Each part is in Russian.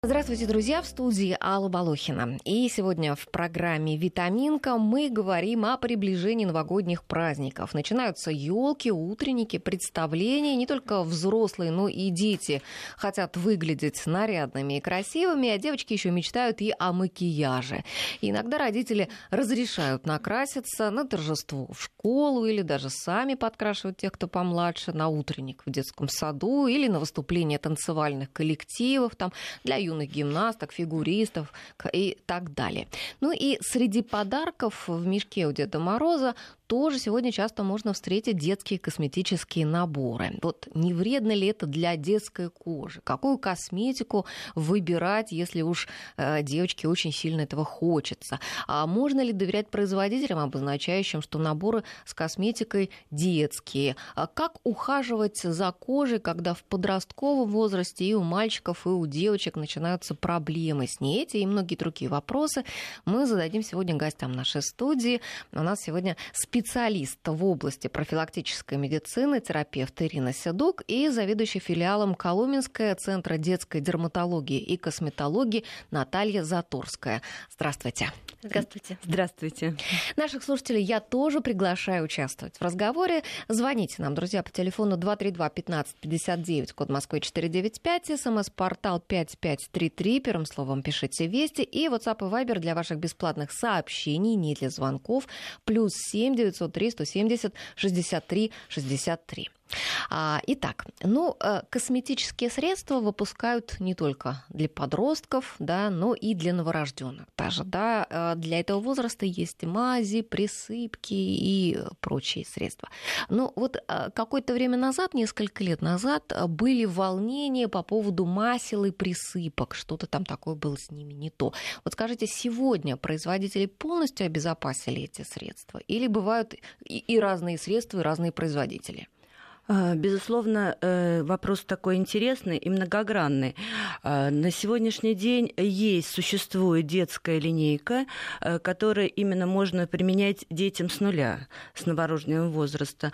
Здравствуйте, друзья, в студии Алла Балохина. И сегодня в программе «Витаминка» мы говорим о приближении новогодних праздников. Начинаются елки, утренники, представления. Не только взрослые, но и дети хотят выглядеть нарядными и красивыми, а девочки еще мечтают и о макияже. И иногда родители разрешают накраситься на торжество в школу или даже сами подкрашивают тех, кто помладше, на утренник в детском саду или на выступление танцевальных коллективов там, для юных гимнасток, фигуристов и так далее. Ну и среди подарков в мешке у Деда Мороза тоже сегодня часто можно встретить детские косметические наборы. Вот не вредно ли это для детской кожи? Какую косметику выбирать, если уж девочке очень сильно этого хочется? А можно ли доверять производителям, обозначающим, что наборы с косметикой детские? Как ухаживать за кожей, когда в подростковом возрасте и у мальчиков, и у девочек начинаются проблемы с ней? Эти и многие другие вопросы мы зададим сегодня гостям нашей студии. У нас сегодня специалист в области профилактической медицины, терапевт Ирина Седук и заведующий филиалом Коломенского центра детской дерматологии и косметологии Наталья Заторская. Здравствуйте. Здравствуйте. Здравствуйте. Наших слушателей я тоже приглашаю участвовать в разговоре. Звоните нам, друзья, по телефону 232-1559, код Москвы 495, СМС-портал 5533, первым словом пишите «Вести», и WhatsApp и Viber для ваших бесплатных сообщений, не для звонков, +7 903 170 63 63. Итак, косметические средства выпускают не только для подростков, да, но и для новорожденных даже. Да. Для этого возраста есть мази, присыпки и прочие средства. Но вот какое-то время назад, несколько лет назад, были волнения по поводу масел и присыпок. Что-то там такое было с ними не то. Вот скажите, сегодня производители полностью обезопасили эти средства? Или бывают и разные средства, и разные производители? Безусловно, вопрос такой интересный и многогранный. На сегодняшний день существует детская линейка, которую именно можно применять детям с нуля, с новорожденного возраста.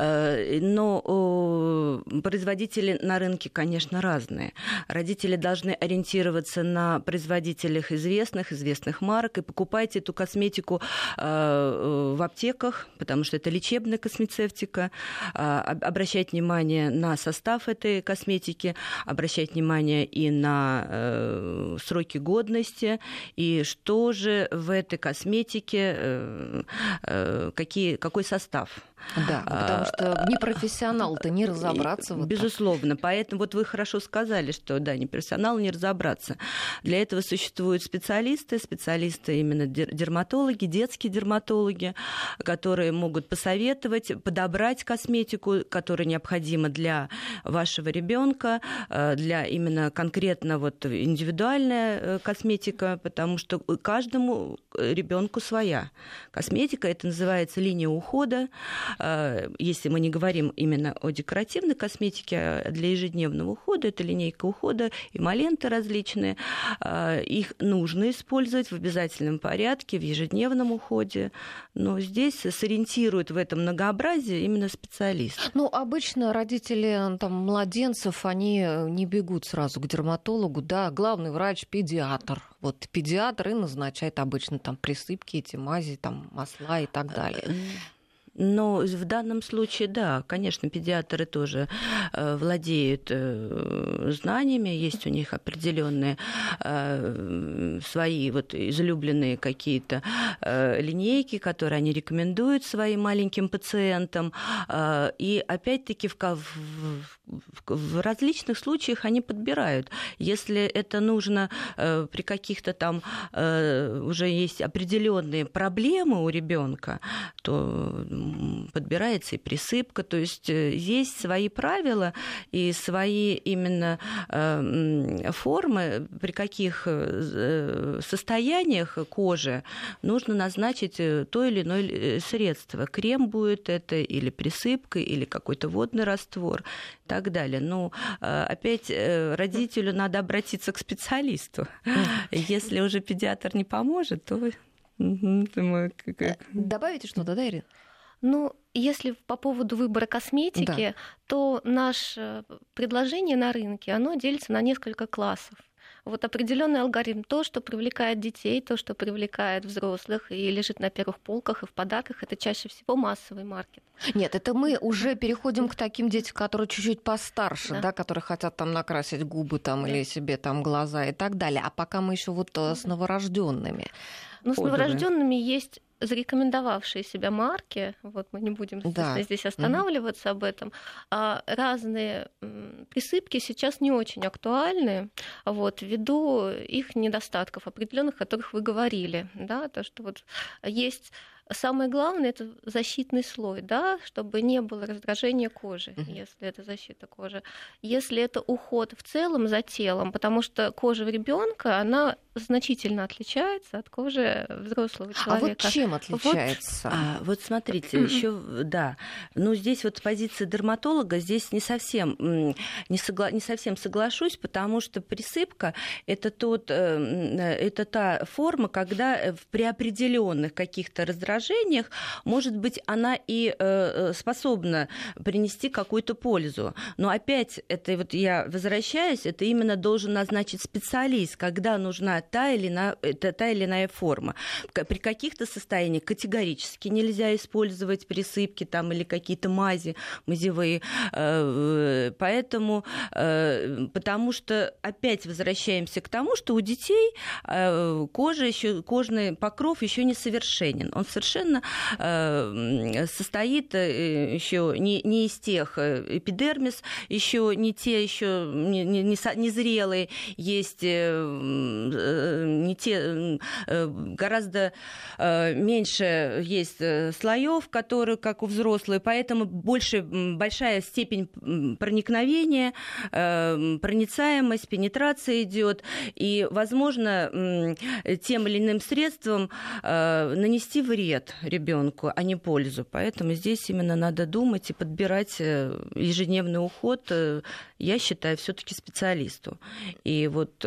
Но производители на рынке, конечно, разные. Родители должны ориентироваться на производителях известных марок и покупать эту косметику в аптеках, потому что это лечебная космецевтика. Обращать внимание на состав этой косметики, обращать внимание и на сроки годности, и что же в этой косметике, какой состав. Да, потому что непрофессионал-то не разобраться. Безусловно, поэтому вот вы хорошо сказали, что да, не профессионал, не разобраться. Для этого существуют специалисты именно дерматологи, детские дерматологи, которые могут посоветовать, подобрать косметику, которая необходима для вашего ребенка, для именно конкретно индивидуальная косметика, потому что каждому ребенку своя косметика. Это называется линия ухода. Если мы не говорим именно о декоративной косметике, а для ежедневного ухода, это линейка ухода, эмоленты различные. Их нужно использовать в обязательном порядке, в ежедневном уходе. Но здесь сориентирует в этом многообразии именно специалист. Обычно родители младенцев, они не бегут сразу к дерматологу, да, главный врач педиатр. Вот педиатр и назначает обычно присыпки, эти мази, масла и так далее. Но в данном случае, да, конечно, педиатры тоже владеют знаниями, есть у них определенные свои излюбленные какие-то линейки, которые они рекомендуют своим маленьким пациентам. И опять-таки в различных случаях они подбирают. Если это нужно при каких-то уже есть определенные проблемы у ребенка, то подбирается и присыпка, то есть есть свои правила и свои именно формы, при каких состояниях кожи нужно назначить то или иное средство. Крем будет это, или присыпка, или какой-то водный раствор и так далее. Но опять родителю надо обратиться к специалисту. Если уже педиатр не поможет, то... Добавите что-то, да, Ирина? Если по поводу выбора косметики, то наше предложение на рынке, оно делится на несколько классов. вот определенный алгоритм, то, что привлекает детей, то, что привлекает взрослых и лежит на первых полках и в подарках, это чаще всего массовый маркет. Нет, это мы уже переходим к таким детям, которые чуть-чуть постарше, да, которые хотят там накрасить губы там, или себе там глаза и так далее. А пока мы еще вот с новорожденными. Ну, с новорожденными есть зарекомендовавшие себя марки, вот мы не будем здесь останавливаться об этом, разные присыпки сейчас не очень актуальны, вот, ввиду их недостатков определенных, о которых вы говорили, да, то, что вот есть. Самое главное — это защитный слой, да, чтобы не было раздражения кожи, если это защита кожи. Если это уход в целом за телом, потому что кожа ребенка, она значительно отличается от кожи взрослого человека. А вот чем отличается? Вот смотрите, еще да. Ну, здесь вот позиция дерматолога, здесь не совсем соглашусь, потому что присыпка — это та форма, когда при определенных каких-то раздражениях, может быть, она и способна принести какую-то пользу. Но опять, это вот я возвращаюсь, это именно должен назначить специалист, когда нужна та или иная форма. При каких-то состояниях категорически нельзя использовать присыпки там, или какие-то мазевые. Поэтому, потому что опять возвращаемся к тому, что у детей кожный покров еще не совершенен. Он совершенно состоит еще не из тех эпидермис, еще не те, еще не зрелые, есть не те, гораздо меньше есть слоев, которые, как у взрослых, поэтому большая степень проникновения, проницаемость, пенетрация идет, и, возможно, тем или иным средством нанести вред ребенку, а не пользу. Поэтому здесь именно надо думать и подбирать ежедневный уход, я считаю, все-таки специалисту. И вот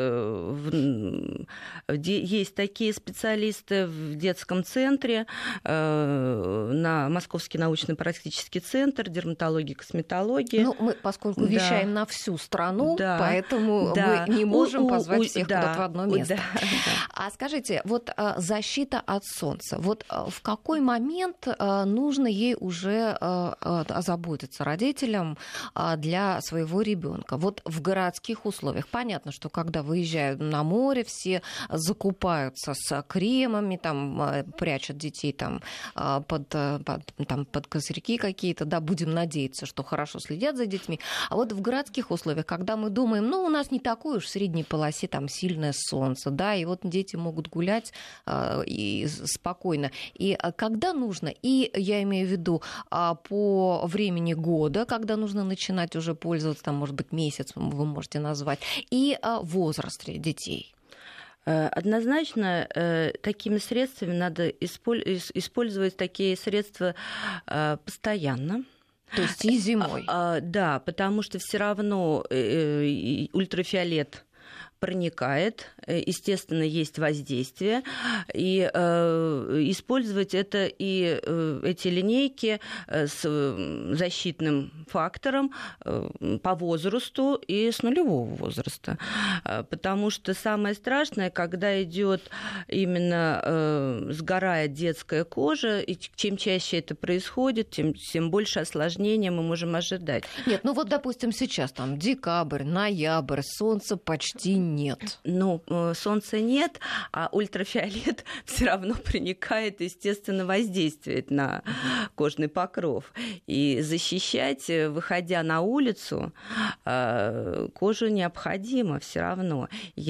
есть такие специалисты в детском центре, на Московский научно-практический центр дерматологии и косметологии. Ну, мы, поскольку вещаем на всю страну, поэтому мы не можем позвать всех куда-то в одно место. А скажите, вот защита от солнца, вот в какой момент нужно ей уже озаботиться родителям для своего ребенка? Вот в городских условиях. Понятно, что когда выезжают на море, все закупаются с кремами, там, прячут детей там, под козырьки какие-то, да, будем надеяться, что хорошо следят за детьми. А вот в городских условиях, когда мы думаем, ну, у нас не такое уж в средней полосе там сильное солнце, да, и вот дети могут гулять и спокойно. И когда нужно, и я имею в виду по времени года, когда нужно начинать уже пользоваться, там, может быть, месяц вы можете назвать, и возраст детей. Однозначно такими средствами надо использовать такие средства постоянно. То есть и зимой. Да, потому что все равно ультрафиолет проникает, естественно, есть воздействие, и использовать это и эти линейки с защитным фактором по возрасту и с нулевого возраста, потому что самое страшное, когда идет именно сгорает детская кожа, и чем чаще это происходит, тем больше осложнений мы можем ожидать. Нет, ну вот, допустим, сейчас там декабрь, ноябрь, солнца почти нет. Ну, солнца нет, а ультрафиолет все равно проникает, естественно, воздействует на кожный покров. И защищать, выходя на улицу, кожу необходимо все равно.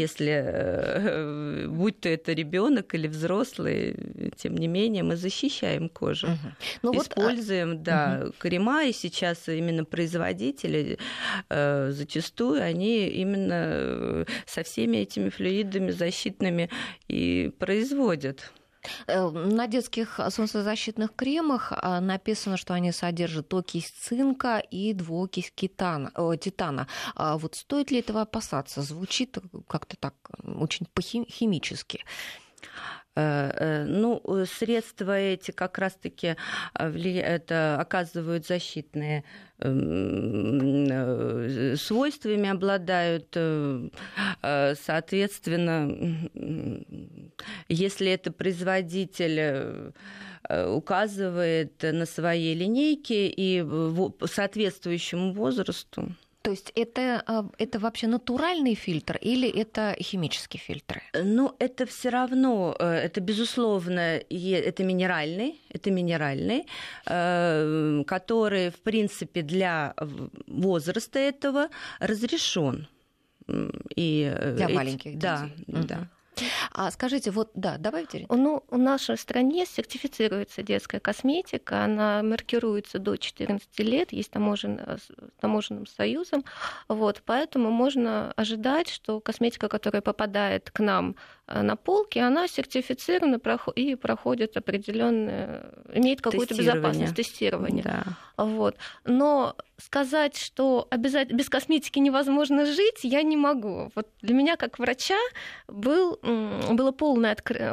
Если, будь то это ребенок или взрослый, тем не менее, мы защищаем кожу. Ну, используем, крема, и сейчас именно производители зачастую, они именно со всеми этими флюидами защитными и производят. На детских солнцезащитных кремах написано, что они содержат окись цинка и двуокись титана. Вот стоит ли этого опасаться? Звучит как-то так очень по-химически. Средства эти как раз-таки оказывают защитные свойствами, обладают, соответственно, если это производитель указывает на своей линейке и соответствующему возрасту. То есть это вообще натуральный фильтр или это химические фильтры? Это все равно, это безусловно, это минеральный, который, в принципе, для возраста этого разрешен. Для маленьких детей. Да. А скажите, добавите? В нашей стране сертифицируется детская косметика, она маркируется до 14 лет, есть таможенным союзом, поэтому можно ожидать, что косметика, которая попадает к нам на полки, она сертифицирована и проходит определенное, имеет какую-то безопасность, тестирование. Да. Но сказать, что обязательно без косметики невозможно жить, я не могу. Для меня, как врача, было полное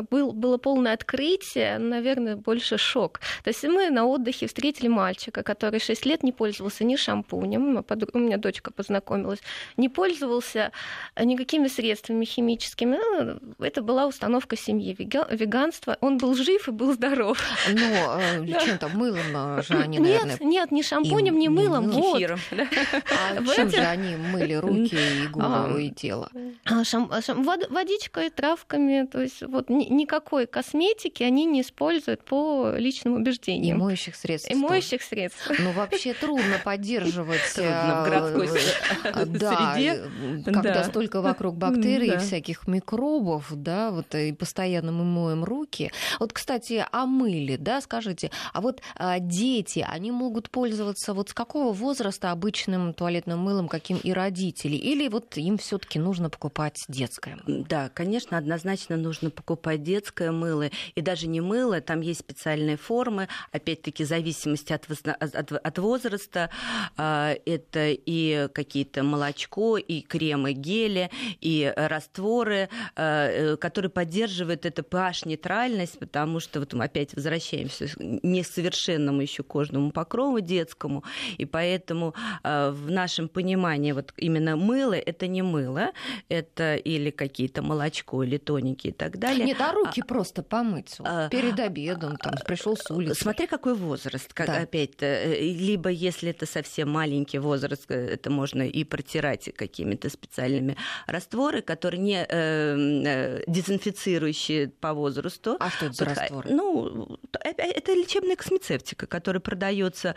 открытие, наверное, больше шок. То есть мы на отдыхе встретили мальчика, который 6 лет не пользовался ни шампунем, у меня дочка познакомилась, не пользовался никакими средствами химическими. Это была установка семьи, веганство. Он был жив и был здоров. Но чем-то мылом же они, наверное... Нет, ни шампунем, ни мылом. Кефиром. А чем же они мыли руки и голову и тело? Водичкой, травками. То есть никакой косметики они не используют по личным убеждениям. И моющих средств. Вообще трудно поддерживать в городской среде. Когда столько вокруг бактерий и всяких микробов, и постоянно мы моем руки. Кстати, о мыле, скажите, дети, они могут пользоваться с какого возраста обычным туалетным мылом, каким и родители? Или им все-таки нужно покупать детское мыло? Да, конечно, однозначно нужно покупать детское мыло. И даже не мыло, там есть специальные формы, опять-таки, в зависимости от возраста. Это и какие-то молочко, и кремы, гели, и растворы, которые поддерживают эту pH-нейтральность, потому что мы опять возвращаемся к несовершенному еще кожному покрову детскому, и поэтому в нашем понимании именно мыло — это не мыло, это или какие-то молочко, или тоники и так далее. Нет, руки просто помыть перед обедом, пришел с улицы. Смотря какой возраст, либо если это совсем маленький возраст, это можно и протирать какими-то специальными растворами, которые не дезинфицирующие по возрасту. А что это за растворы? Это лечебная космецевтика, которая продается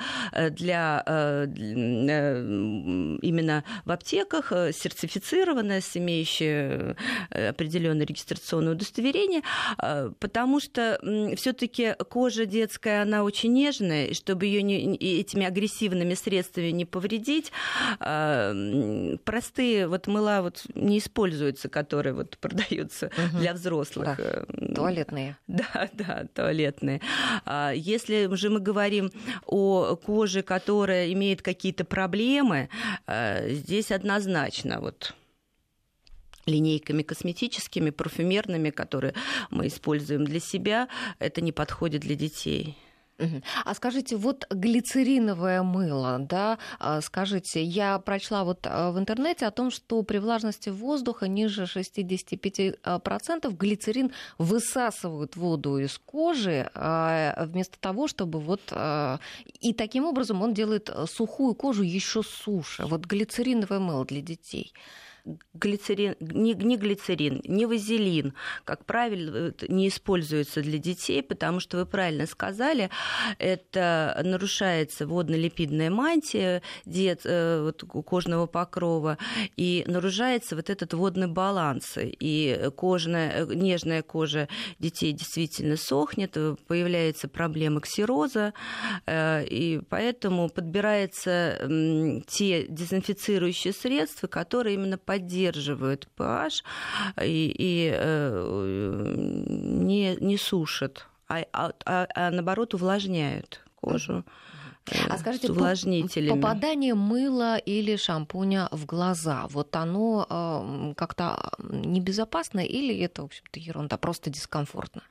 именно в аптеках, сертифицированная, имеющая определенное регистрационное удостоверение, потому что все-таки кожа детская, она очень нежная, и чтобы ее этими агрессивными средствами не повредить, простые мыла не используются, которые продаются для взрослых. Да. Туалетные. Да, туалетные. Если же мы говорим о коже, которая имеет какие-то проблемы, здесь однозначно линейками косметическими, парфюмерными, которые мы используем для себя, это не подходит для детей. А скажите, глицериновое мыло, скажите, я прочла в интернете о том, что при влажности воздуха ниже 65% глицерин высасывают воду из кожи вместо того, чтобы и таким образом он делает сухую кожу еще суше. Глицериновое мыло для детей. Глицерин, не глицерин, не вазелин, как правило, не используется для детей, потому что, вы правильно сказали, это нарушается водно-липидная мантия кожного покрова, и нарушается этот водный баланс, и нежная кожа детей действительно сохнет, появляются проблемы ксероза, и поэтому подбираются те дезинфицирующие средства, которые именно поддерживают pH и не сушат, а наоборот увлажняют кожу. скажите, с увлажнителями. Попадание мыла или шампуня в глаза, вот оно как-то небезопасно или это, в общем-то, ерунда, просто дискомфортно?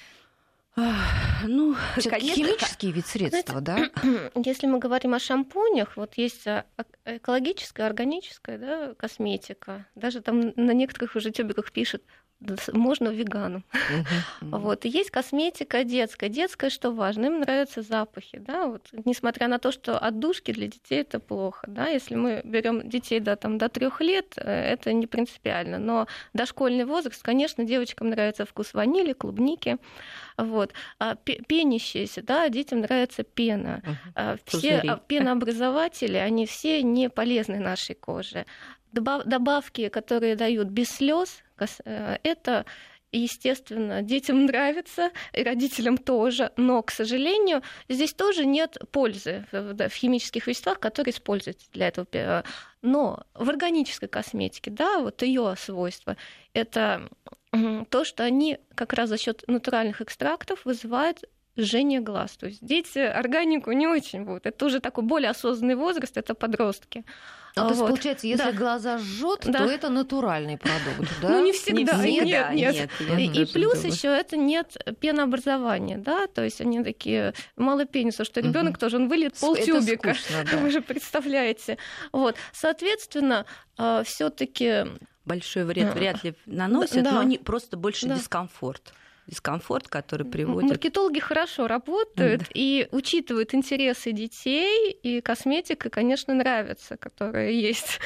Ну, конечно, химические вид средства, да? Если мы говорим о шампунях, вот есть экологическая, органическая, да, косметика. Даже там на некоторых уже тюбиках пишут, можно веганом. Вот. И есть косметика детская. Детская, что важно, им нравятся запахи. Да? Вот, несмотря на то, что отдушки для детей это плохо. Да? Если мы берем детей до 3 лет, это не принципиально. Но дошкольный возраст, конечно, девочкам нравится вкус ванили, клубники. Вот. Пенящиеся, да, детям нравится пена. Все пенообразователи, они все не полезны нашей коже. Добавки, которые дают без слез, это, естественно, детям нравится, и родителям тоже, но, к сожалению, здесь тоже нет пользы в химических веществах, которые используются для этого. Но в органической косметике, да, вот ее свойства, это то, что они как раз за счет натуральных экстрактов вызывают жжение глаз. То есть дети органику не очень будут. Это уже такой более осознанный возраст, это подростки. То есть, получается, если глаза жжет, то это натуральный продукт, да? Ну, не всегда. Нет. И плюс еще это нет пенообразования, да, то есть они такие мало пениса, что ребенок тоже, он выльет полтюбика. Вы же представляете. Вот. Соответственно, все-таки большой вряд ли наносят, но они просто больше дискомфорт. Дискомфорт, который приводит... Маркетологи хорошо работают и учитывают интересы детей, и косметика, конечно, нравится, которая есть.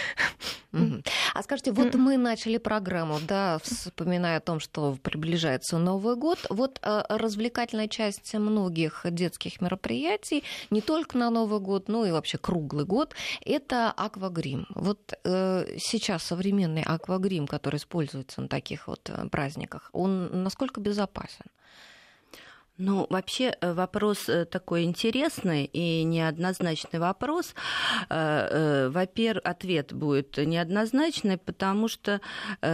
А скажите, вот мы начали программу, да, вспоминая о том, что приближается Новый год. Вот развлекательная часть многих детских мероприятий, не только на Новый год, но и вообще круглый год, это аквагрим. Вот сейчас современный аквагрим, который используется на таких вот праздниках, он насколько безопасен? Ну, вообще вопрос такой интересный и неоднозначный вопрос. Во-первых, ответ будет неоднозначный, потому что,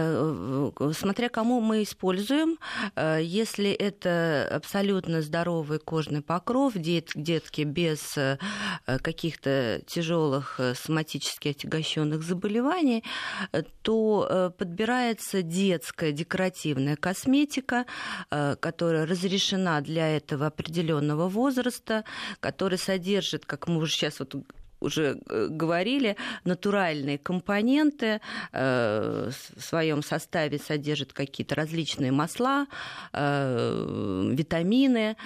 смотря кому мы используем, если это абсолютно здоровый кожный покров, детки без каких-то тяжелых соматически отягощенных заболеваний, то подбирается детская декоративная косметика, которая разрешена для этого определенного возраста, который содержит, как мы уже сейчас уже говорили, натуральные компоненты, в своем составе содержит какие-то различные масла, витамины.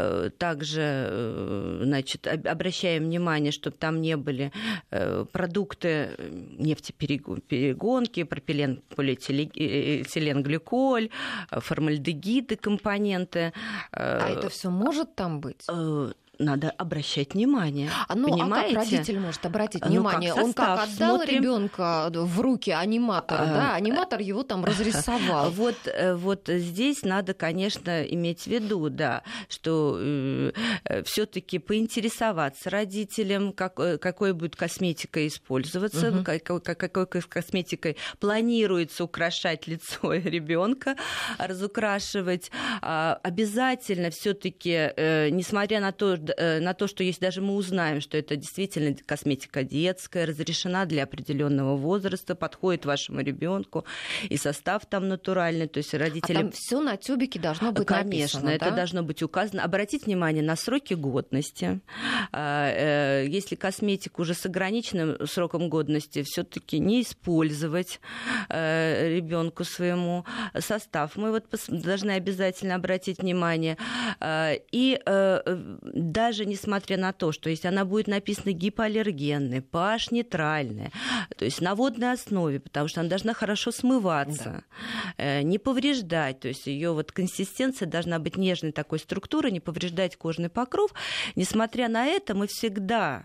Также, значит, обращаем внимание, чтобы там не были продукты нефтеперегонки, пропилен, полиэтилен, гликоль, формальдегиды, компоненты. А это все может там быть? Надо обращать внимание. А как родитель может обратить внимание? Он как отдал ребенка в руки аниматора, да? Аниматор его там разрисовал. Вот здесь надо, конечно, иметь в виду, да, что все-таки поинтересоваться родителям, какой будет косметика использоваться, какой косметикой планируется украшать лицо ребенка, разукрашивать. Обязательно все-таки, несмотря на то, что если даже мы узнаем, что это действительно косметика детская, разрешена для определенного возраста, подходит вашему ребенку, и состав там натуральный, то есть родители... А там все на тюбике должно быть написано, конечно, да? Это должно быть указано. Обратите внимание на сроки годности. Если косметику уже с ограниченным сроком годности, все-таки не использовать ребенку своему. Состав мы должны обязательно обратить внимание. И даже несмотря на то, что если она будет написана гипоаллергенная, pH-нейтральная, то есть на водной основе, потому что она должна хорошо смываться, не повреждать, то есть ее консистенция должна быть нежной такой структуры, не повреждать кожный покров. Несмотря на это, мы всегда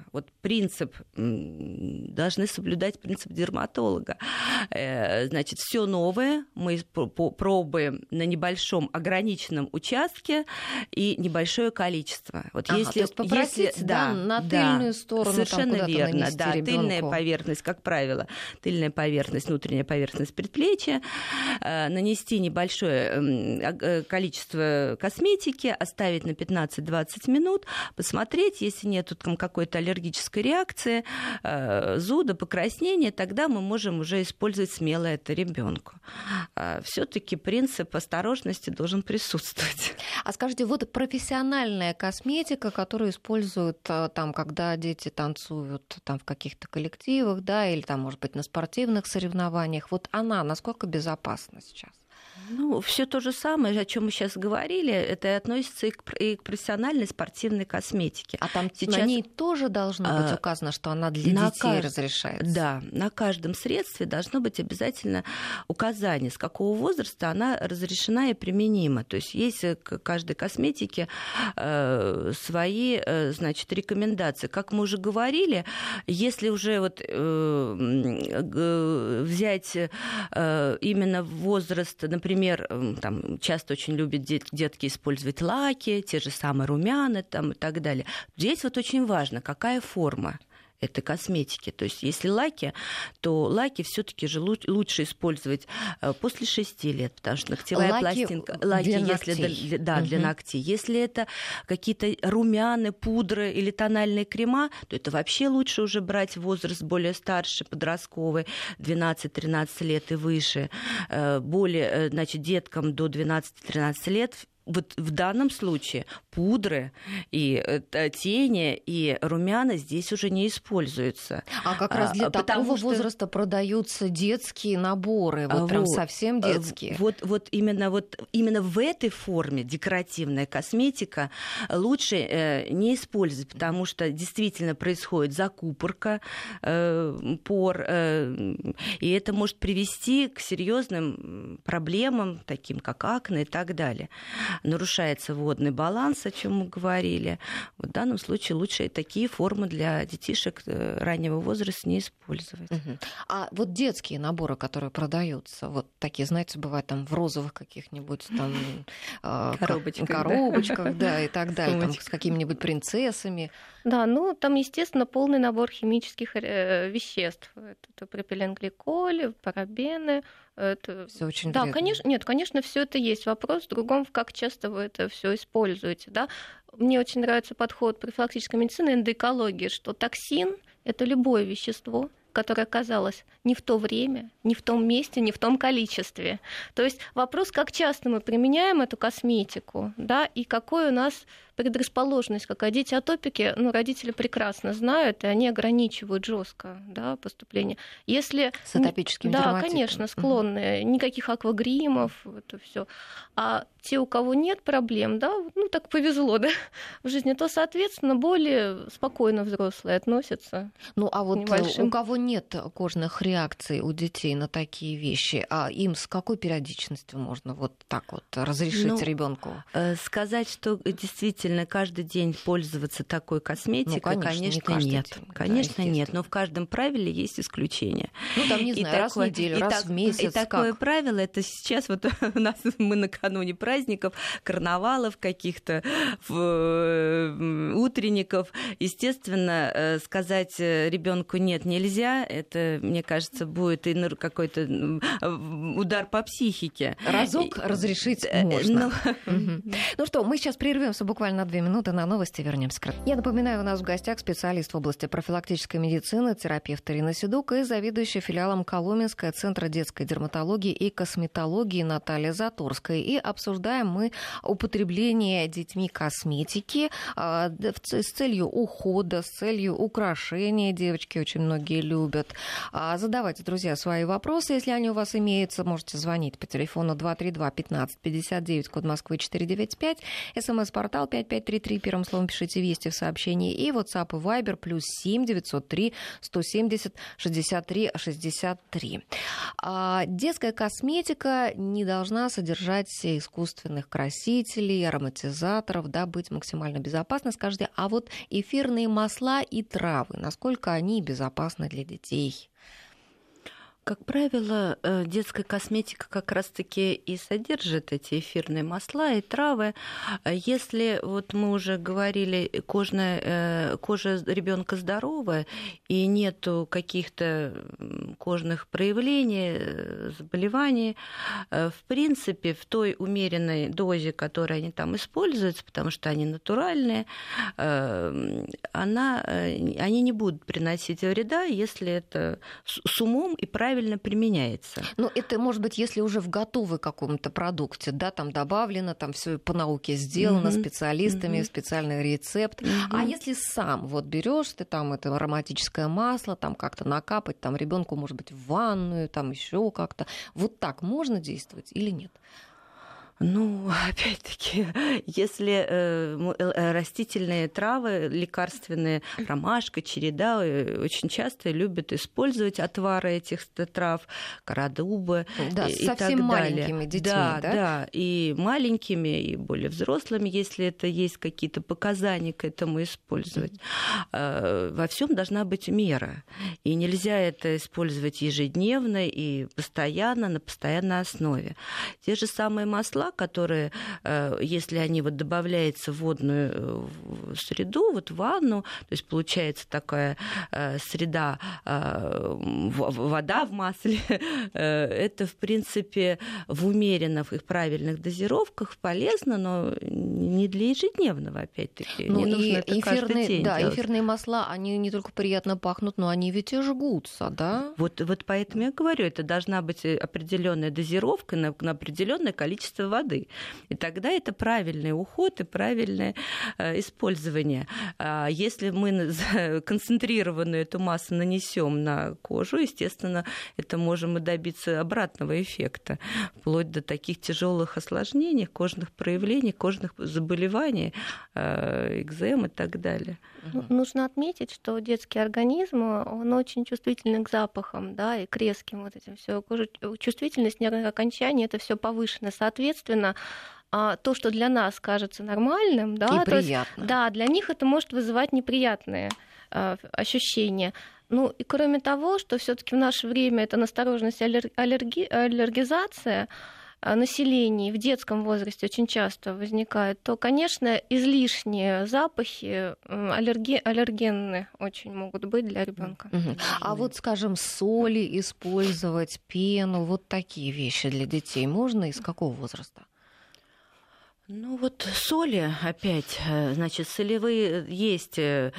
должны соблюдать принцип дерматолога. Значит, все новое мы пробуем на небольшом ограниченном участке и небольшое количество. то есть попросить на тыльную сторону, совершенно там, верно, нанести ребёнку. Тыльная поверхность, как правило, тыльная поверхность, внутренняя поверхность предплечья, нанести небольшое количество косметики, оставить на 15-20 минут, посмотреть, если нет там какой-то аллергической реакции, зуда, покраснения, тогда мы можем уже использовать смело это ребенку. Все-таки принцип осторожности должен присутствовать. А скажите, вот профессиональная косметика, которую используют там, когда дети танцуют там в каких-то коллективах, да, или там, может быть, на спортивных соревнованиях, вот она насколько безопасна сейчас? Все то же самое, о чем мы сейчас говорили, это относится и к профессиональной спортивной косметике. А там сейчас... на ней тоже должно быть указано, что она для детей разрешается? Да, на каждом средстве должно быть обязательно указание, с какого возраста она разрешена и применима. То есть есть к каждой косметике свои, значит, рекомендации. Как мы уже говорили, если уже взять именно возраст, например, там часто очень любят детки использовать лаки, те же самые румяна там, и так далее. Здесь очень важно, какая форма этой косметики. То есть если лаки, то лаки все-таки же лучше использовать после 6 лет, потому что ногтевая пластинка... Лаки для ногтей. Для ногтей. Если это какие-то румяны, пудры или тональные крема, то это вообще лучше уже брать возраст более старший, подростковый, 12-13 лет и выше. Более, значит, деткам до 12-13 лет в данном случае пудры и тени и румяна здесь уже не используются. А как раз для такого возраста продаются детские наборы, прям совсем детские. Именно в этой форме декоративная косметика лучше не использовать, потому что действительно происходит закупорка пор, и это может привести к серьезным проблемам, таким как акне и так далее. Нарушается водный баланс, о чем мы говорили. В данном случае лучше такие формы для детишек раннего возраста не использовать. А вот детские наборы, которые продаются, вот такие, знаете, бывают там в розовых каких-нибудь там коробочках, да, и так далее, там, с какими-нибудь принцессами. Да, там, естественно, полный набор химических веществ. Это пропиленгликоль, парабены. Это... Всё очень да, вредно. конечно, все это есть. Вопрос в другом, как часто вы это все используете. Да? Мне очень нравится подход профилактической медицины, эндоэкологии, что токсин — это любое вещество, которое оказалось не в то время, не в том месте, не в том количестве. То есть вопрос, как часто мы применяем эту косметику, да, и какой у нас предрасположенность, как дети атопики, родители прекрасно знают, и они ограничивают жестко, да, поступление. Если с атопическим дерматитом. Да, конечно, склонны, никаких аквагримов, это все. А те, у кого нет проблем, да, так повезло, да, в жизни, то, соответственно, более спокойно взрослые относятся. А вот у кого нет кожных реакций у детей на такие вещи, а им с какой периодичностью можно вот так вот разрешить ребенку? Сказать, что действительно каждый день пользоваться такой косметикой, конечно, нет. Конечно, нет. Но в каждом правиле есть исключения. Там, не знаю, раз в неделю, раз в месяц. И такое правило, это сейчас вот у нас мы накануне праздников, карнавалов каких-то, утренников. Естественно, сказать ребенку нет, нельзя, это, мне кажется, будет и какой-то удар по психике. Разок разрешить можно. Ну что, мы сейчас прервемся буквально на 2 минуты, на новости вернемся. Я напоминаю, у нас в гостях специалист в области профилактической медицины, терапевт Ирина Седук и заведующая филиалом Коломенского центра детской дерматологии и косметологии Наталья Заторская. И обсуждаем мы употребление детьми косметики с целью ухода, с целью украшения. Девочки очень многие любят. Задавайте, друзья, свои вопросы, если они у вас имеются. Можете звонить по телефону 232-1559, код Москвы 495, СМС-портал 5533, первым словом пишите «Вести» в сообщении, и WhatsApp и Viber +7 903 170 63 63. Детская косметика не должна содержать искусственных красителей, ароматизаторов, да, быть максимально безопасна. Скажите, а вот эфирные масла и травы, насколько они безопасны для детей? Как правило, детская косметика как раз-таки и содержит эти эфирные масла и травы. Если, вот мы уже говорили, кожа ребенка здоровая и нету каких-то кожных проявлений, заболеваний, в принципе, в той умеренной дозе, которой они там используются, потому что они натуральные, они не будут приносить вреда, если это с умом и правильно применяется. Ну, это может быть, если уже в готовой каком-то продукте, да, там добавлено, там все по науке сделано, специалистами, специальный рецепт. А если сам вот берешь ты там это ароматическое масло, там как-то накапать, там ребенку, может быть, в ванную, там еще как-то, вот так можно действовать или нет? Ну, опять-таки, если растительные травы, лекарственные, ромашка, череда, очень часто любят использовать отвары этих трав, кора дуба, да, и совсем так далее. Маленькими детьми, да? Да, и маленькими, и более взрослыми, если это есть какие-то показания к этому использовать. Во всем должна быть мера, и нельзя это использовать ежедневно и постоянно, на постоянной основе. Те же самые масла, которые, если они вот добавляются в водную среду, вот в ванну, то есть получается такая среда, вода в масле, это, в принципе, в умеренных и правильных дозировках полезно, но не для ежедневного, опять-таки. Ну, не нужно это каждый день делать. Эфирные масла, они не только приятно пахнут, но они ведь и жгутся, да? Вот поэтому я говорю, это должна быть определенная дозировка на определенное количество воды. И тогда это правильный уход и правильное использование. Если мы концентрированную эту массу нанесем на кожу, естественно, это можем и добиться обратного эффекта, вплоть до таких тяжелых осложнений, кожных проявлений, кожных заболеваний, экзем и так далее. Нужно отметить, что детский организм, он очень чувствительный к запахам, да, и к резким вот этим все. Чувствительность нервных окончаний, это все повышено. Соответственно, то, что для нас кажется нормальным, да, и приятно. Да, для них это может вызывать неприятные ощущения. Ну и кроме того, что все-таки в наше время это настороженность, аллергизация населения в детском возрасте очень часто возникает, то, конечно, излишние запахи аллергенные очень могут быть для ребенка. А вот, скажем, соли использовать, пену, вот такие вещи для детей можно и с какого возраста? Ну вот соли опять, значит, солевые есть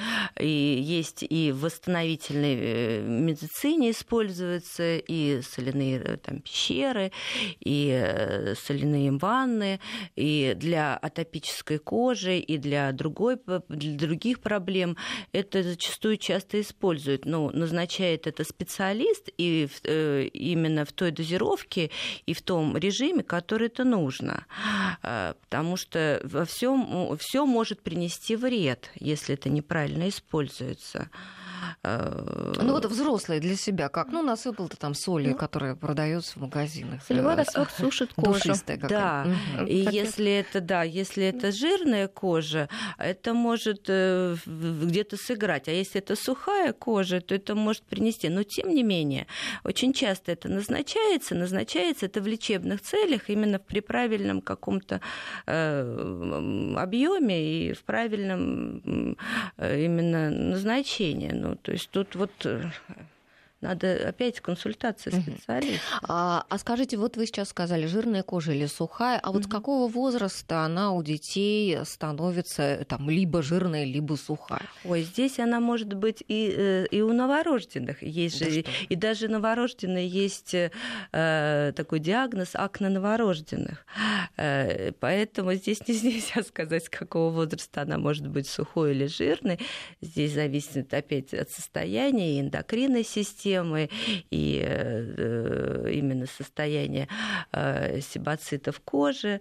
и в восстановительной медицине используются, и соляные там пещеры, и соляные ванны, и для атопической кожи, и для других проблем. Это зачастую часто используют, но назначает это специалист и именно в той дозировке и в том режиме, который это нужно. Потому что во всем все может принести вред, если это неправильно используется. Ну вот взрослые для себя как? Ну насыпал-то там соли, которая продается в магазинах. Солевой раствор сушит кожу. Да, и если это жирная кожа, это может где-то сыграть. А если это сухая кожа, то это может принести. Но тем не менее, очень часто это назначается это в лечебных целях, именно при правильном каком-то объеме и в правильном именно назначении. Ну, то есть тут вот надо опять консультация специалиста. А скажите, вот вы сейчас сказали, жирная кожа или сухая, а вот с какого возраста она у детей становится там либо жирная, либо сухая? Ой, здесь она может быть и у новорожденных. Есть же, и даже новорожденные есть такой диагноз акне новорожденных. Поэтому здесь нельзя сказать, с какого возраста она может быть сухой или жирной. Здесь зависит опять от состояния и эндокринной системы, и именно состояние себоцитов кожи.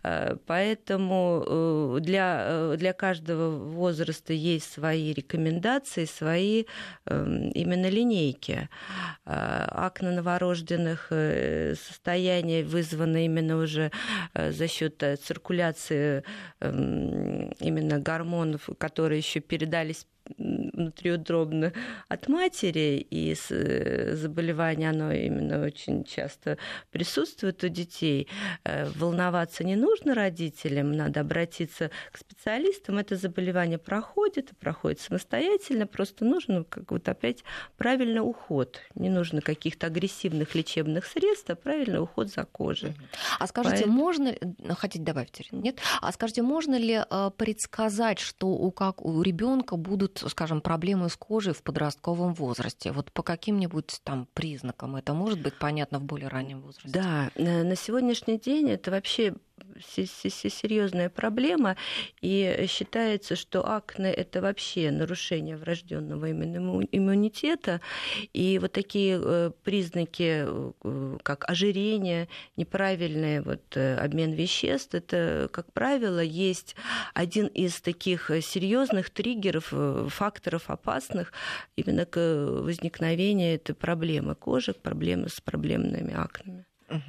Поэтому для каждого возраста есть свои рекомендации, свои именно линейки. Акне новорожденных состояние вызвано именно уже за счет циркуляции именно гормонов, которые еще передались внутриутробно от матери, и заболевание, оно именно очень часто присутствует у детей. Волноваться не нужно родителям, надо обратиться к специалистам. Это заболевание проходит самостоятельно, просто нужен опять правильный уход. Не нужно каких-то агрессивных лечебных средств, а правильный уход за кожей. А скажите, можно... Хотите добавить, Ирина? Нет? А скажите, можно ли предсказать, что у ребенка будут, скажем, проблемы с кожей в подростковом возрасте? Вот по каким-нибудь там признакам это может быть понятно в более раннем возрасте? Да, на сегодняшний день это вообще серьезная проблема, и считается, что акне — это вообще нарушение врожденного иммунитета, и вот такие признаки, как ожирение, неправильный обмен веществ, это, как правило, есть один из таких серьезных триггеров, факторов опасных именно к возникновению этой проблемы кожи, проблемы с проблемными акнами.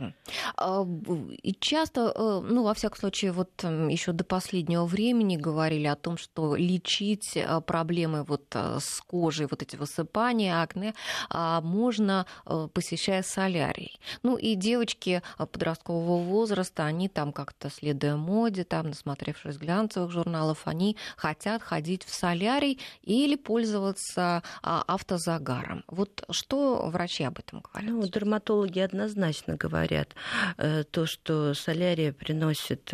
И часто, во всяком случае, еще до последнего времени говорили о том, что лечить проблемы с кожей, эти высыпания, акне, можно, посещая солярий. И девочки подросткового возраста, они там как-то, следуя моде, там, насмотревшись глянцевых журналов, они хотят ходить в солярий или пользоваться автозагаром. Что врачи об этом говорят? Дерматологи однозначно говорят то, что солярий приносит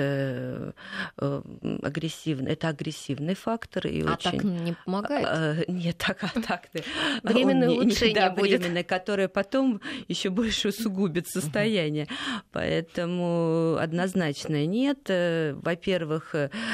агрессивный фактор. И очень... так не помогает? Нет, так. Временное улучшение будет. Временное, которое потом еще больше усугубит состояние. Поэтому однозначно нет. Во-первых,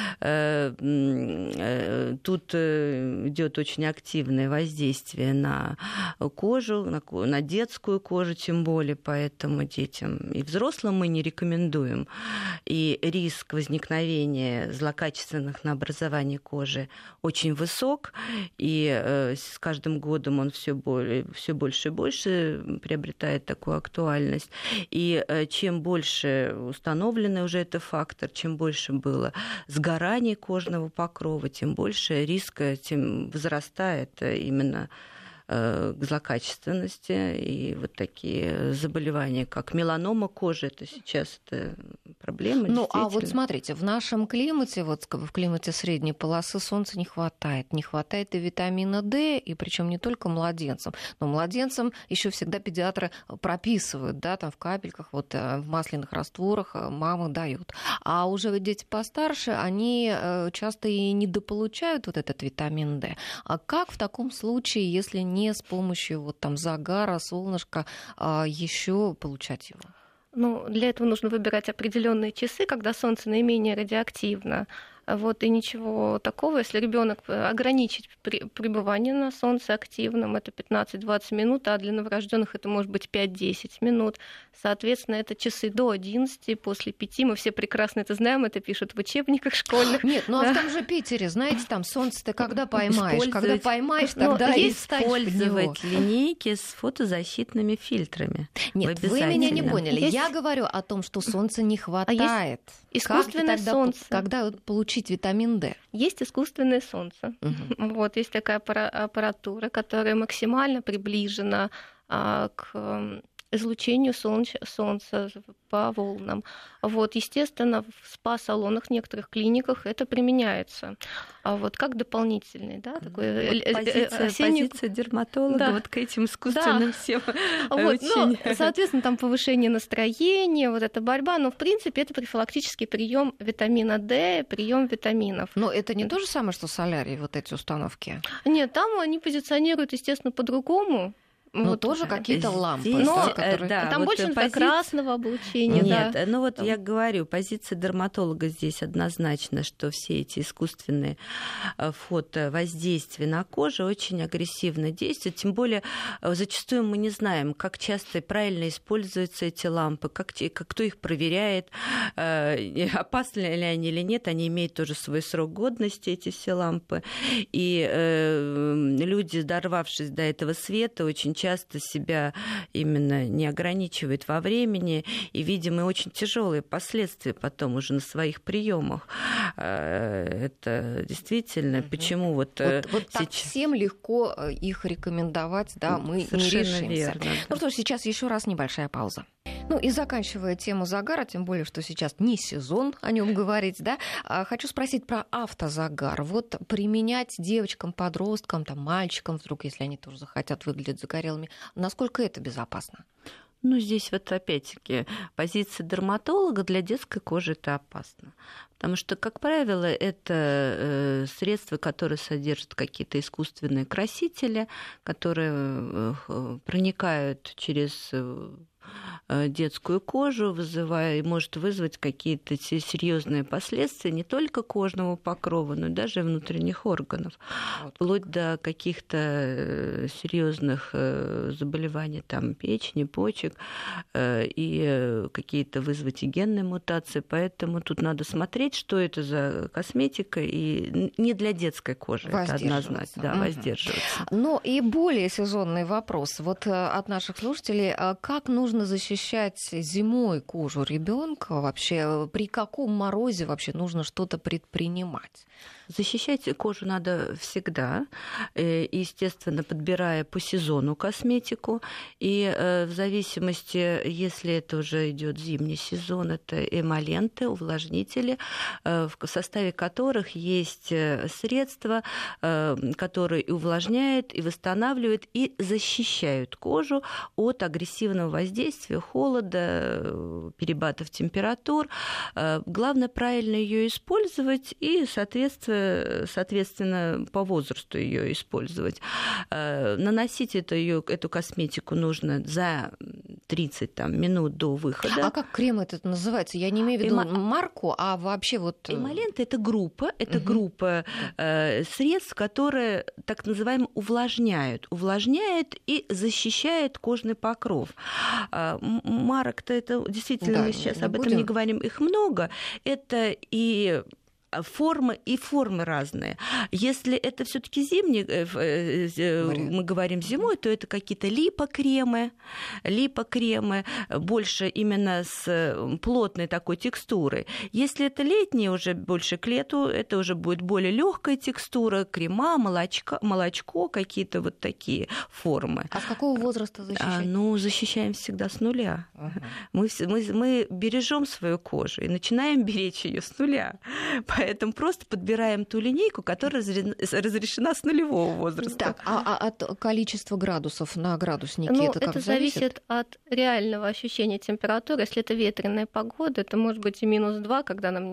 тут идет очень активное воздействие на кожу, на детскую кожу, тем более, поэтому детям и взрослым мы не рекомендуем. И риск возникновения злокачественных на образование кожи очень высок, и с каждым годом он все больше и больше приобретает такую актуальность. И чем больше установленный уже этот фактор, чем больше было сгораний кожного покрова, тем больше риска, тем возрастает именно к злокачественности, и такие заболевания, как меланома кожи, это сейчас проблема. А смотрите, в нашем климате, в климате средней полосы солнца не хватает. Не хватает и витамина D, и причем не только младенцам. Но младенцам еще всегда педиатры прописывают, в капельках, в масляных растворах мамы дают. А уже дети постарше, они часто и недополучают этот витамин D. А как в таком случае, если не с помощью загара, солнышка, еще получать его? Для этого нужно выбирать определенные часы, когда солнце наименее радиоактивно. И ничего такого, если ребенок ограничить пребывание на солнце активном, это 15-20 минут, а для новорожденных это может быть 5-10 минут. Соответственно, это часы до 11, после 5. Мы все прекрасно это знаем, это пишут в учебниках школьных. Нет, а в том же Питере, знаете, там солнце-то когда поймаешь? Когда поймаешь, тогда и использовать линейки с фотозащитными фильтрами. Нет, вы меня не поняли. Я говорю о том, что солнца не хватает. Искусственное солнце. Когда получить витамин D? Есть искусственное солнце. Есть такая аппаратура, которая максимально приближена к излучению солнца по волнам. Естественно, в спа-салонах, в некоторых клиниках это применяется. Как дополнительный, такой позиция дерматолога к этим искусственным всем. Соответственно, там повышение настроения, эта борьба, но в принципе это профилактический прием витамина D, прием витаминов. Но это не то же самое, что солярий, эти установки? Нет, там они позиционируют, естественно, по-другому. Тоже какие-то лампы. Там больше инфракрасного облучения. Нет, я говорю, позиция дерматолога здесь однозначно, что все эти искусственные фотовоздействия на кожу очень агрессивно действуют. Тем более, зачастую мы не знаем, как часто и правильно используются эти лампы, кто их проверяет, опасны ли они или нет. Они имеют тоже свой срок годности, эти все лампы. И люди, дорвавшись до этого света, очень часто себя именно не ограничивает во времени, и видим и очень тяжелые последствия потом уже на своих приемах. Это действительно, почему вот так всем легко их рекомендовать, да, мы не решимся. Верно, да. Ну что ж, сейчас еще раз небольшая пауза. Ну и заканчивая тему загара, тем более, что сейчас не сезон о нем говорить, да, хочу спросить про автозагар. Вот применять девочкам, подросткам, там, мальчикам, вдруг, если они тоже захотят выглядеть загорелыми, насколько это безопасно? Ну, здесь вот опять-таки позиция дерматолога: для детской кожи это опасно. Потому что, как правило, это средства, которые содержат какие-то искусственные красители, которые проникают через детскую кожу, вызывая, и может вызвать какие-то серьезные последствия не только кожного покрова, но и даже внутренних органов, вплоть до каких-то серьезных заболеваний там, печени, почек, и какие-то вызвать и генные мутации. Поэтому тут надо смотреть, что это за косметика, и не для детской кожи, это однозначно, да, воздерживаться. Ну и более сезонный вопрос. Вот от наших слушателей: как нужно защищать зимой кожу ребенка? Вообще, при каком морозе вообще нужно что-то предпринимать? Защищать кожу надо всегда, естественно, подбирая по сезону косметику. И в зависимости, если это уже идет зимний сезон, это эмоленты, увлажнители, в составе которых есть средства, которые и увлажняют, и восстанавливают, и защищают кожу от агрессивного воздействия, холода, перепадов температур. Главное правильно ее использовать и, соответственно, по возрасту ее использовать. Наносить эту косметику нужно за 30 минут до выхода. А как крем этот называется? Я не имею в виду марку, а вообще вот... Эмоленты — это группа средств, которые так называемо увлажняют и защищают кожный покров. Марок-то это действительно, мы сейчас об этом не говорим, их много. Это и формы разные. Если это все-таки зимний, мы говорим зимой, то это какие-то липокремы, больше именно с плотной такой текстурой. Если это летние, уже больше к лету, это уже будет более легкая текстура, крема, молочко, какие-то вот такие формы. А с какого возраста защищать? Защищаем всегда с нуля. Мы бережем свою кожу и начинаем беречь ее с нуля. Поэтому просто подбираем ту линейку, которая разрешена с нулевого возраста. Так, а от количества градусов на градуснике это как зависит от реального ощущения температуры. Если это ветреная погода, это может быть и -2, когда нам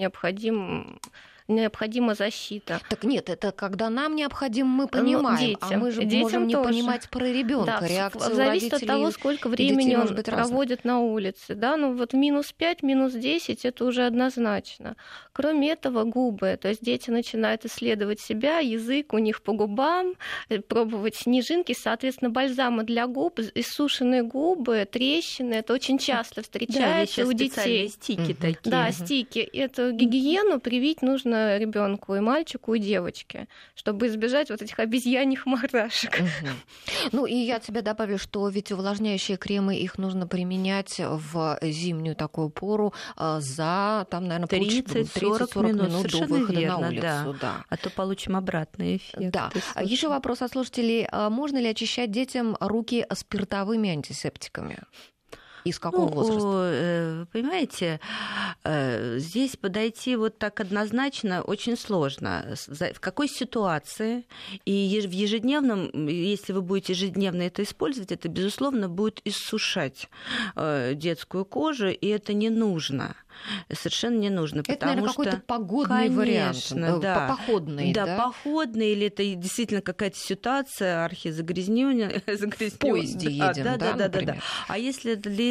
необходима защита. Так нет, это когда нам необходимо, мы понимаем, а мы же можем не понимать про ребенка. Да, реакцию зависит от того, сколько времени он проводит на улице. Да? Вот -5, -10 это уже однозначно. Кроме этого, губы. То есть дети начинают исследовать себя, язык у них по губам, пробовать снежинки, соответственно, бальзамы для губ, иссушенные губы, трещины. Это очень часто встречается у детей. Стики такие. Да, стики. Эту гигиену привить нужно ребенку, и мальчику, и девочке, чтобы избежать вот этих обезьяньих мордашек. Ну и я от себя добавлю, что ведь увлажняющие кремы, их нужно применять в зимнюю такую пору за, там, наверное, 30-40 минут до выхода на улицу. Да. А то получим обратный эффект. Да. Еще вопрос от слушателей. Можно ли очищать детям руки спиртовыми антисептиками? И с какого возраста? Понимаете, здесь подойти вот так однозначно очень сложно. В какой ситуации и в ежедневном, если вы будете ежедневно это использовать, это, безусловно, будет иссушать детскую кожу, и это не нужно. Совершенно не нужно. Это, наверное, какой-то погодный вариант. Да. Походный, да? Походный, или это действительно какая-то ситуация, архизагрязнённая. В поезде едем, да. А если это для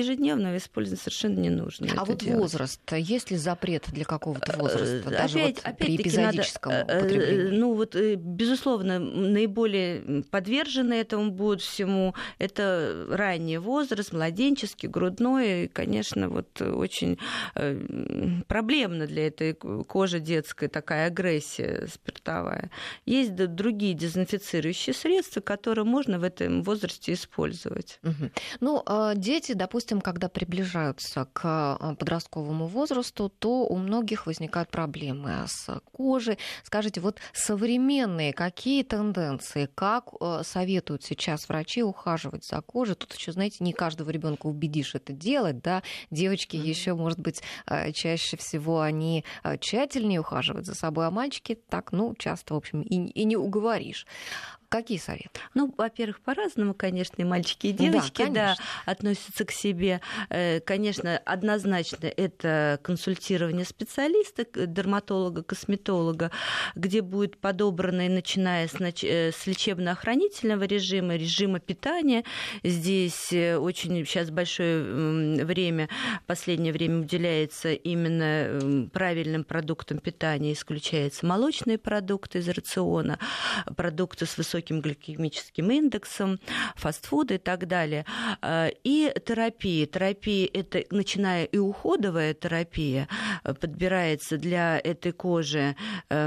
ежедневного использования совершенно не нужно. А вот делать. Возраст, есть ли запрет для какого-то возраста, даже при эпизодическом употреблении? Безусловно, наиболее подвержены этому будут всему. Это ранний возраст, младенческий, грудной, и, конечно, очень проблемно для этой кожи детской такая агрессия спиртовая. Есть другие дезинфицирующие средства, которые можно в этом возрасте использовать. Дети, допустим, когда приближаются к подростковому возрасту, то у многих возникают проблемы с кожей. Скажите, современные какие тенденции, как советуют сейчас врачи ухаживать за кожей? Тут еще, знаете, не каждого ребенка убедишь это делать, да? Девочки еще, может быть, чаще всего они тщательнее ухаживают за собой, а мальчики так, часто, в общем, и не уговоришь. Какие советы? Во-первых, по-разному, конечно, и мальчики, и девочки относятся к себе. Конечно, однозначно это консультирование специалиста, дерматолога, косметолога, где будет подобрано, начиная с лечебно-охранительного режима питания. Здесь очень сейчас большое время, последнее время уделяется именно правильным продуктам питания, исключаются молочные продукты из рациона, продукты с высоким гликемическим индексом, фастфуды и так далее. И терапия. Терапия, это начиная и уходовая терапия, подбирается для этой кожи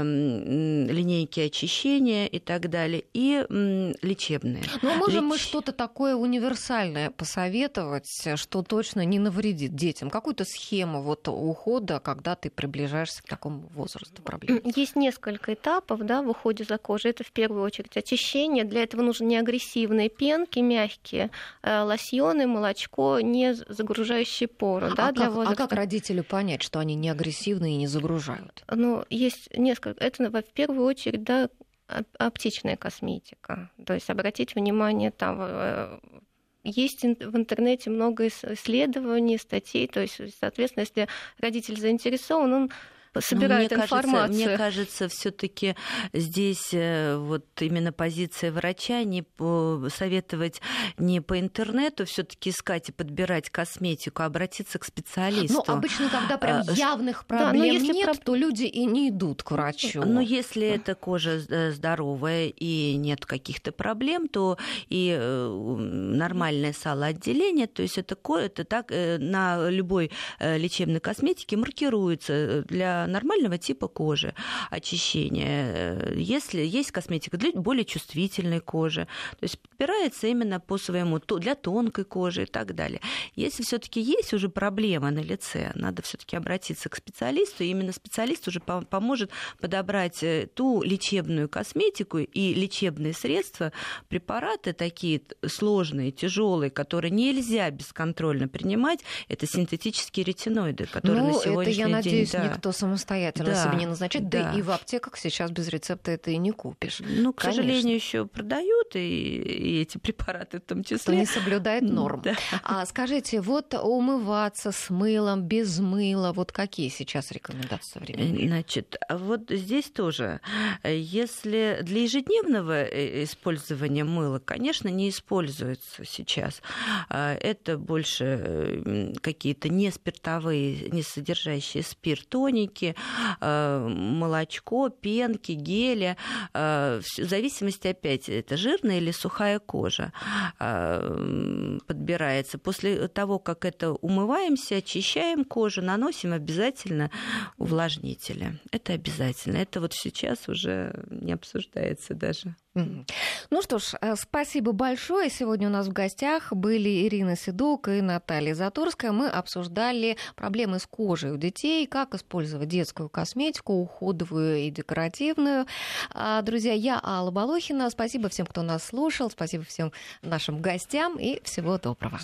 линейки очищения и так далее, и лечебные. Можем мы что-то такое универсальное посоветовать, что точно не навредит детям? Какую-то схему ухода, когда ты приближаешься к такому возрасту проблем? Есть несколько этапов в уходе за кожей. Это в первую очередь очищение. Для этого нужны неагрессивные пенки, мягкие лосьоны, молочко, не загружающие поры. А как родителю понять, что они не агрессивные и не загружают? Есть несколько. Это в первую очередь аптечная косметика. То есть обратить внимание там. Есть в интернете много исследований, статей. То есть, соответственно, если родитель заинтересован, он собирает информацию. Мне кажется, все-таки здесь именно позиция врача не советовать не по интернету, все-таки искать и подбирать косметику, а обратиться к специалисту. Обычно, когда прям явных проблем нет, то люди и не идут к врачу. Если эта кожа здоровая и нет каких-то проблем, то и нормальное салоотделение, то есть это так на любой лечебной косметике маркируется для нормального типа кожи, очищения. Если есть косметика для более чувствительной кожи, то есть подбирается именно по своему, для тонкой кожи и так далее. Если все-таки есть уже проблема на лице, надо все-таки обратиться к специалисту, и именно специалист уже поможет подобрать ту лечебную косметику и лечебные средства, препараты такие сложные, тяжелые, которые нельзя бесконтрольно принимать. Это синтетические ретиноиды, которые на сегодняшний день... это, я надеюсь, никто самостоятельно себе не назначает. Да, и в аптеках сейчас без рецепта это и не купишь. К сожалению, еще продают и эти препараты в том числе. Кто не соблюдает норм. Да. Скажите, умываться с мылом, без мыла, какие сейчас рекомендации современные? Значит, здесь тоже. Если для ежедневного использования мыла, конечно, не используется сейчас. Это больше какие-то не спиртовые, не содержащие спирт тоники, молочко, пенки, гели. В зависимости, опять, это жирная или сухая кожа подбирается. После того, как это умываемся, очищаем кожу, наносим обязательно увлажнители. Это обязательно. Это сейчас уже не обсуждается даже. Ну что ж, спасибо большое. Сегодня у нас в гостях были Ирина Седок и Наталья Заторская. Мы обсуждали проблемы с кожей у детей, как использовать детскую косметику, уходовую и декоративную. Друзья, я Алла Болохина. Спасибо всем, кто нас слушал. Спасибо всем нашим гостям и всего доброго.